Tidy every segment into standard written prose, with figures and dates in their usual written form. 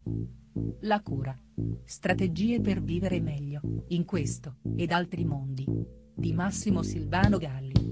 La cura. Strategie per vivere meglio, in questo, ed altri mondi. Di Massimo Silvano Galli.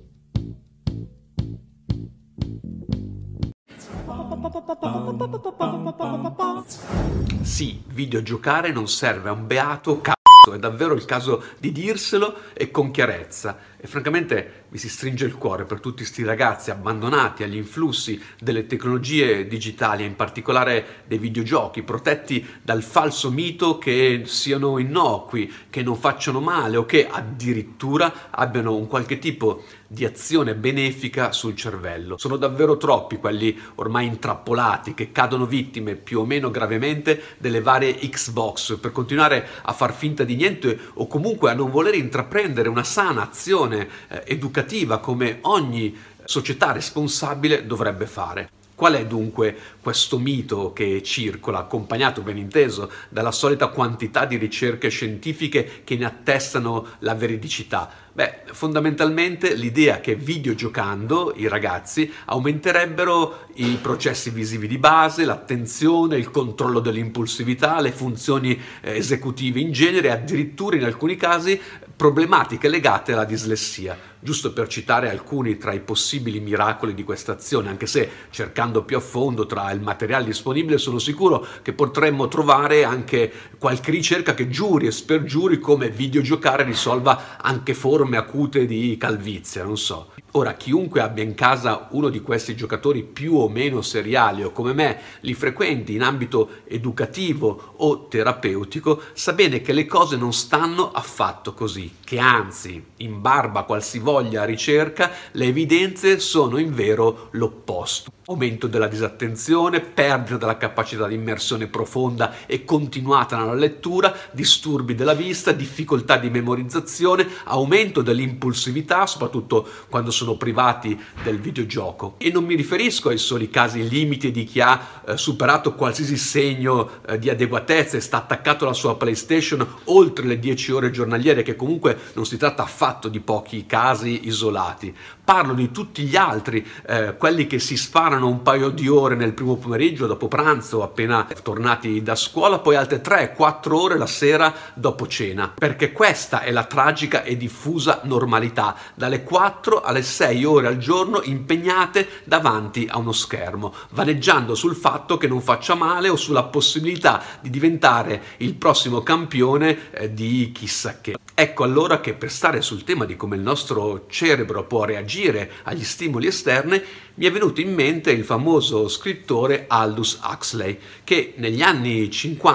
Sì, videogiocare non serve a un beato c***o, è davvero il caso di dirselo e con chiarezza. E francamente mi si stringe il cuore per tutti sti ragazzi abbandonati agli influssi delle tecnologie digitali, in particolare dei videogiochi, protetti dal falso mito che siano innocui, che non facciano male o che addirittura abbiano un qualche tipo di azione benefica sul cervello. Sono davvero troppi quelli ormai intrappolati che cadono vittime più o meno gravemente delle varie Xbox per continuare a far finta di niente o comunque a non voler intraprendere una sana azione educativa come ogni società responsabile dovrebbe fare. Qual è dunque questo mito che circola, accompagnato, ben inteso, dalla solita quantità di ricerche scientifiche che ne attestano la veridicità? Beh, fondamentalmente l'idea che videogiocando i ragazzi aumenterebbero i processi visivi di base, l'attenzione, il controllo dell'impulsività, le funzioni esecutive in genere e addirittura in alcuni casi problematiche legate alla dislessia. Giusto per citare alcuni tra i possibili miracoli di questa azione, anche se cercando più a fondo tra il materiale disponibile sono sicuro che potremmo trovare anche qualche ricerca che giuri e spergiuri come videogiocare risolva anche forme acute di calvizie, non so. Ora, chiunque abbia in casa uno di questi giocatori più o meno seriali o come me li frequenti in ambito educativo o terapeutico sa bene che le cose non stanno affatto così, che anzi, in barba a qualsivoglia ricerca, le evidenze sono in vero l'opposto. Aumento della disattenzione, perdita della capacità di immersione profonda e continuata nella lettura, disturbi della vista, difficoltà di memorizzazione, aumento dell'impulsività, soprattutto quando sono privati del videogioco. E non mi riferisco ai soli casi limiti di chi ha superato qualsiasi segno di adeguatezza e sta attaccato alla sua PlayStation oltre le 10 ore giornaliere, che comunque non si tratta affatto di pochi casi isolati. Parlo di tutti gli altri, quelli che si sparano un paio di ore nel primo pomeriggio dopo pranzo appena tornati da scuola, poi altre 3-4 ore la sera dopo cena, perché questa è la tragica e diffusa normalità, dalle 4 alle 6 ore al giorno impegnate davanti a uno schermo, vaneggiando sul fatto che non faccia male o sulla possibilità di diventare il prossimo campione di chissà che. Ecco allora che per stare sul tema di come il nostro cerebro può reagire agli stimoli esterni, mi è venuto in mente il famoso scrittore Aldous Huxley, che negli anni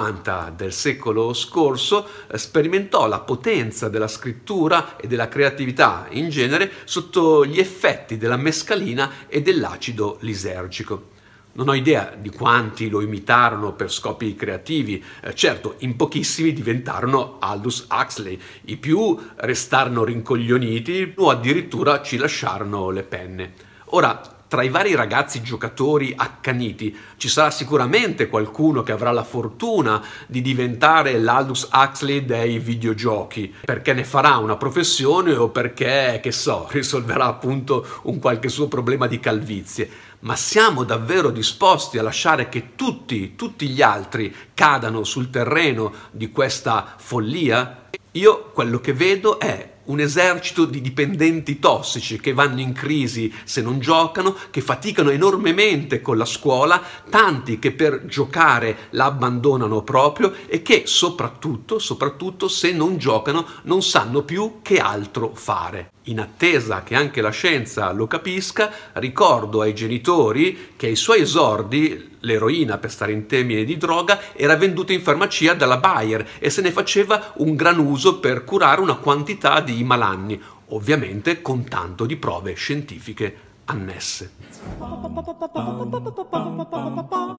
50 del secolo scorso sperimentò la potenza della scrittura e della creatività in genere sotto gli effetti della mescalina e dell'acido lisergico. Non ho idea di quanti lo imitarono per scopi creativi, certo in pochissimi diventarono Aldous Huxley, i più restarono rincoglioniti o addirittura ci lasciarono le penne. Ora, tra i vari ragazzi giocatori accaniti ci sarà sicuramente qualcuno che avrà la fortuna di diventare l'Aldous Huxley dei videogiochi, perché ne farà una professione o perché, che so, risolverà appunto un qualche suo problema di calvizie. Ma siamo davvero disposti a lasciare che tutti gli altri cadano sul terreno di questa follia? Io quello che vedo è un esercito di dipendenti tossici che vanno in crisi se non giocano, che faticano enormemente con la scuola, tanti che per giocare la abbandonano proprio e che soprattutto se non giocano non sanno più che altro fare. In attesa che anche la scienza lo capisca, ricordo ai genitori che ai suoi esordi l'eroina, per stare in termini di droga, era venduta in farmacia dalla Bayer e se ne faceva un gran uso per curare una quantità di malanni, ovviamente con tanto di prove scientifiche annesse.